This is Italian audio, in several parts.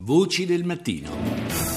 Voci del mattino.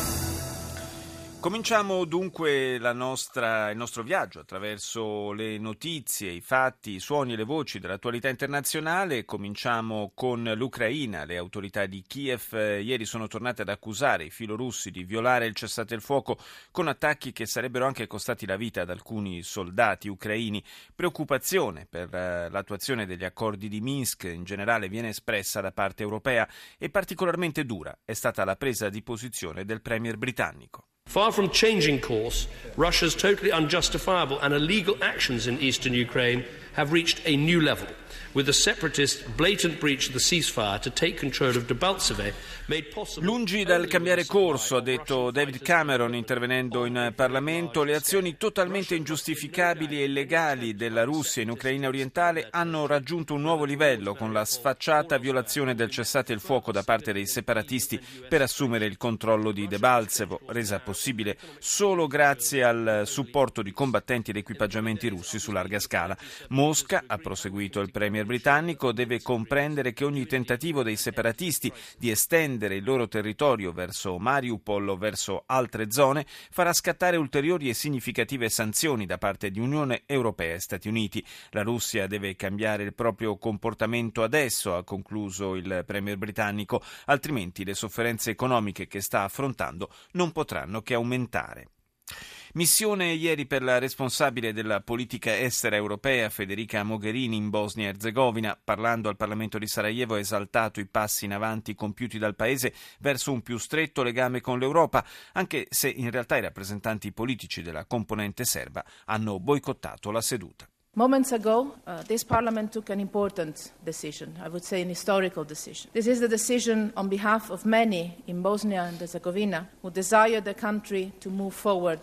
Cominciamo dunque il nostro viaggio attraverso le notizie, i fatti, i suoni e le voci dell'attualità internazionale. Cominciamo con l'Ucraina. Le autorità di Kiev ieri sono tornate ad accusare i filorussi di violare il cessate il fuoco con attacchi che sarebbero anche costati la vita ad alcuni soldati ucraini. Preoccupazione per l'attuazione degli accordi di Minsk in generale viene espressa da parte europea e particolarmente dura è stata la presa di posizione del premier britannico. Far from changing course, Russia's totally unjustifiable and illegal actions in eastern Ukraine have reached a new level, with the separatists' blatant breach of the ceasefire to take control of Debaltseve made possible. Lungi dal cambiare corso, ha detto David Cameron intervenendo in Parlamento, le azioni totalmente ingiustificabili e illegali della Russia in Ucraina orientale hanno raggiunto un nuovo livello con la sfacciata violazione del cessate il fuoco da parte dei separatisti per assumere il controllo di Debaltsevo, resa possibile solo grazie al supporto di combattenti ed equipaggiamenti russi su larga scala. Mosca, ha proseguito il premier britannico, deve comprendere che ogni tentativo dei separatisti di estendere il loro territorio verso Mariupol o verso altre zone farà scattare ulteriori e significative sanzioni da parte di Unione Europea e Stati Uniti. La Russia deve cambiare il proprio comportamento adesso, ha concluso il premier britannico, altrimenti le sofferenze economiche che sta affrontando non potranno che aumentare. Missione ieri per la responsabile della politica estera europea Federica Mogherini in Bosnia-Erzegovina. Parlando al Parlamento di Sarajevo ha esaltato i passi in avanti compiuti dal paese verso un più stretto legame con l'Europa, anche se in realtà i rappresentanti politici della componente serba hanno boicottato la seduta. Moments ago, this Parliament took an important decision, I would say an historical decision. This is the decision on behalf of many in Bosnia and Herzegovina who desire the country to move forward.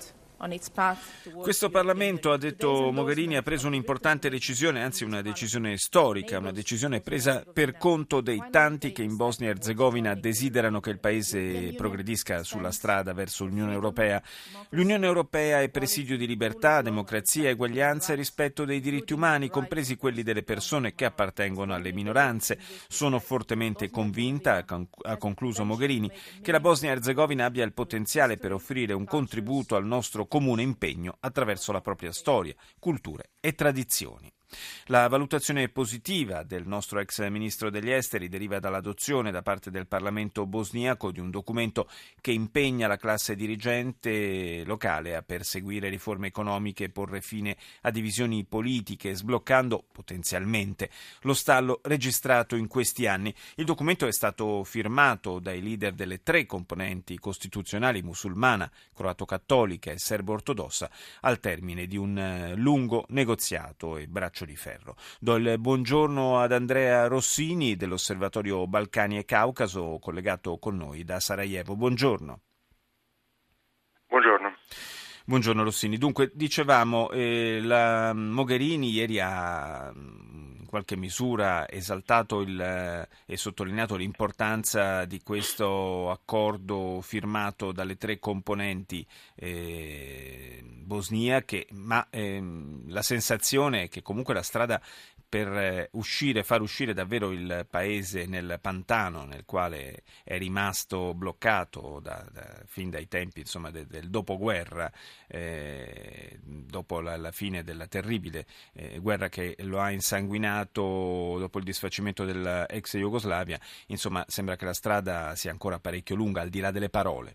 Questo Parlamento, ha detto Mogherini, ha preso un'importante decisione, anzi una decisione storica, una decisione presa per conto dei tanti che in Bosnia-Herzegovina desiderano che il paese progredisca sulla strada verso l'Unione Europea. L'Unione Europea è presidio di libertà, democrazia, eguaglianza e rispetto dei diritti umani, compresi quelli delle persone che appartengono alle minoranze. Sono fortemente convinta, ha concluso Mogherini, che la Bosnia-Herzegovina abbia il potenziale per offrire un contributo al nostro comune impegno attraverso la propria storia, culture e tradizioni. La valutazione positiva del nostro ex ministro degli esteri deriva dall'adozione da parte del Parlamento bosniaco di un documento che impegna la classe dirigente locale a perseguire riforme economiche e porre fine a divisioni politiche, sbloccando potenzialmente lo stallo registrato in questi anni. Il documento è stato firmato dai leader delle tre componenti costituzionali musulmana, croato-cattolica e serbo-ortodossa al termine di un lungo negoziato e braccio di ferro. Do il buongiorno ad Andrea Rossini dell'Osservatorio Balcani e Caucaso, collegato con noi da Sarajevo. Buongiorno. Buongiorno. Buongiorno Rossini. Dunque, dicevamo, la Mogherini ieri ha in qualche misura esaltato e sottolineato l'importanza di questo accordo firmato dalle tre componenti bosniache, ma la sensazione è che comunque la strada per far uscire davvero il paese nel pantano nel quale è rimasto bloccato fin dai tempi, insomma, del dopoguerra, dopo la fine della terribile guerra che lo ha insanguinato dopo il disfacimento dell'ex Jugoslavia. Insomma, sembra che la strada sia ancora parecchio lunga, al di là delle parole.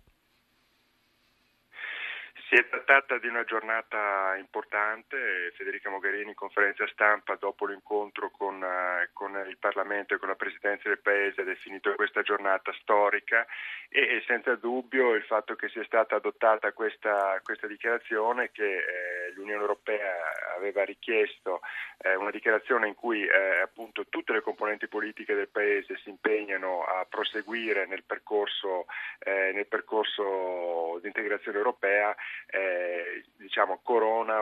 Si è trattata di una giornata importante. Federica Mogherini in conferenza stampa dopo l'incontro con il Parlamento e con la Presidenza del Paese ha definito questa giornata storica e senza dubbio il fatto che sia stata adottata questa dichiarazione che l'Unione Europea aveva richiesto, una dichiarazione in cui appunto tutte le componenti politiche del Paese si impegnano a proseguire nel percorso di integrazione europea, corona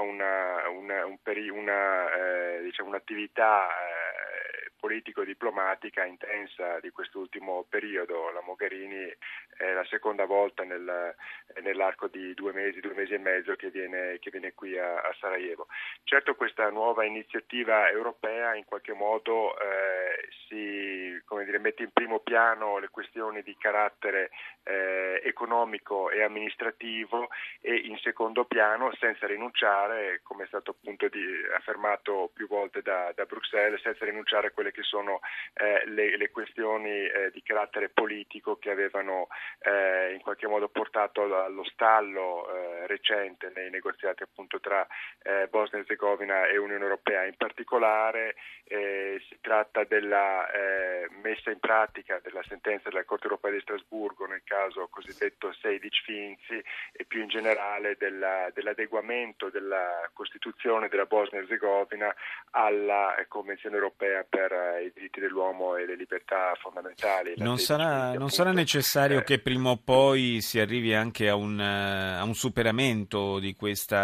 un'attività politico-diplomatica intensa di quest'ultimo periodo. La Mogherini è la seconda volta nell'arco di 2 mesi e mezzo che viene qui a Sarajevo. Certo, questa nuova iniziativa europea in qualche modo mette in primo piano le questioni di carattere economico e amministrativo e in secondo piano, senza rinunciare, come è stato appunto affermato più volte da Bruxelles, senza rinunciare a quelle che sono le questioni di carattere politico che avevano in qualche modo portato allo stallo recente nei negoziati appunto tra Bosnia e Erzegovina e Unione Europea. In particolare si tratta della messa in pratica della sentenza della Corte Europea di Strasburgo nel caso cosiddetto Sejdic-Finci e più in generale dell'adeguamento della Costituzione della Bosnia e Erzegovina alla Convenzione Europea per i diritti dell'uomo e le libertà fondamentali. Non sarà necessario che prima o poi si arrivi anche a un superamento di questo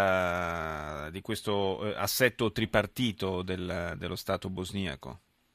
assetto tripartito dello Stato bosniaco?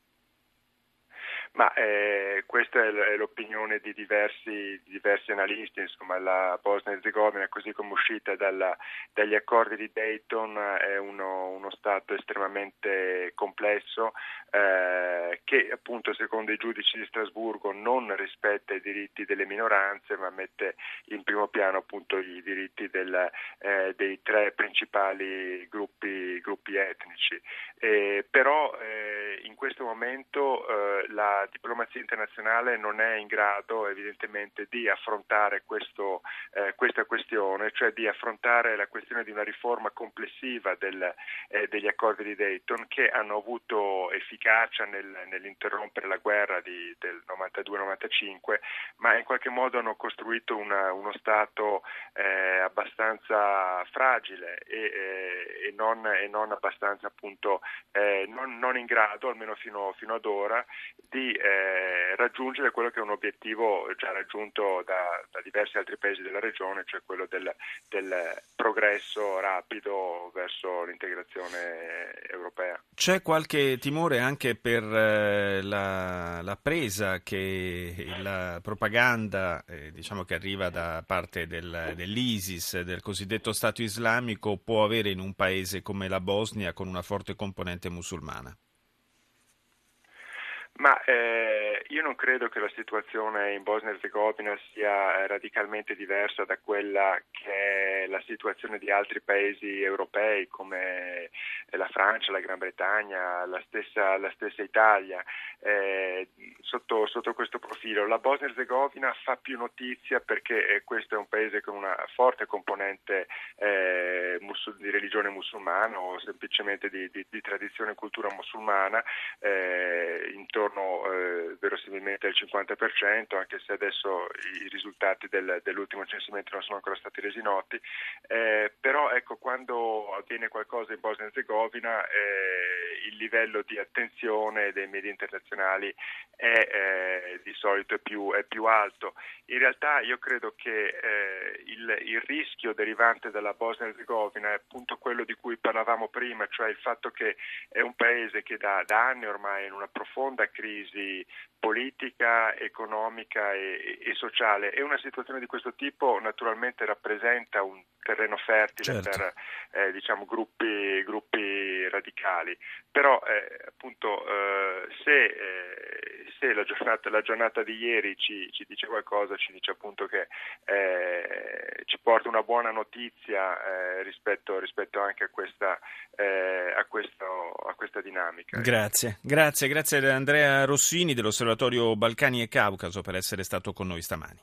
Ma questa è l'opinione di diversi analisti. Insomma, la Bosnia e Erzegovina, così come uscita dagli accordi di Dayton, è uno Stato estremamente complesso che appunto secondo i giudici di Strasburgo non rispetta i diritti delle minoranze, ma mette in primo piano appunto i diritti dei tre principali gruppi etnici. Però in questo momento la diplomazia internazionale non è in grado evidentemente di affrontare questa questione, cioè di affrontare la questione di una riforma complessiva degli accordi di Dayton, che hanno avuto efficacia nell'interrompere la guerra del 92-95, ma in qualche modo hanno costruito uno Stato abbastanza fragile e non abbastanza appunto non in grado, almeno fino ad ora, di raggiungere quello che è un obiettivo già raggiunto da diversi altri paesi della regione, cioè quello del progresso rapido verso l'integrazione europea. C'è qualche timore anche per la presa che la propaganda diciamo che arriva da parte dell'ISIS, del cosiddetto Stato islamico, può avere in un paese come la Bosnia con una forte componente musulmana? Ma io non credo che la situazione in Bosnia e Erzegovina sia radicalmente diversa da quella che è la situazione di altri paesi europei come la Francia, la Gran Bretagna, la stessa Italia. Sotto questo profilo la Bosnia e Erzegovina fa più notizia perché questo è un paese con una forte componente di religione musulmana o semplicemente di tradizione e cultura musulmana, intorno verosimilmente al 50%, anche se adesso i risultati dell'ultimo censimento non sono ancora stati resi noti, però ecco, quando avviene qualcosa in Bosnia e Erzegovina il livello di attenzione dei media internazionali è di solito è più alto. In realtà io credo che il rischio derivante dalla Bosnia e Erzegovina è appunto quello di cui parlavamo prima, cioè il fatto che è un paese che da anni ormai è in una profonda crisi politica, economica e sociale, e una situazione di questo tipo naturalmente rappresenta un terreno fertile, certo, per gruppi radicali. Però appunto se la giornata di ieri ci dice qualcosa, ci dice appunto che ci porta una buona notizia rispetto anche a questa dinamica. Grazie ad Andrea Rossini dell'Osservatorio Balcani e Caucaso per essere stato con noi stamani.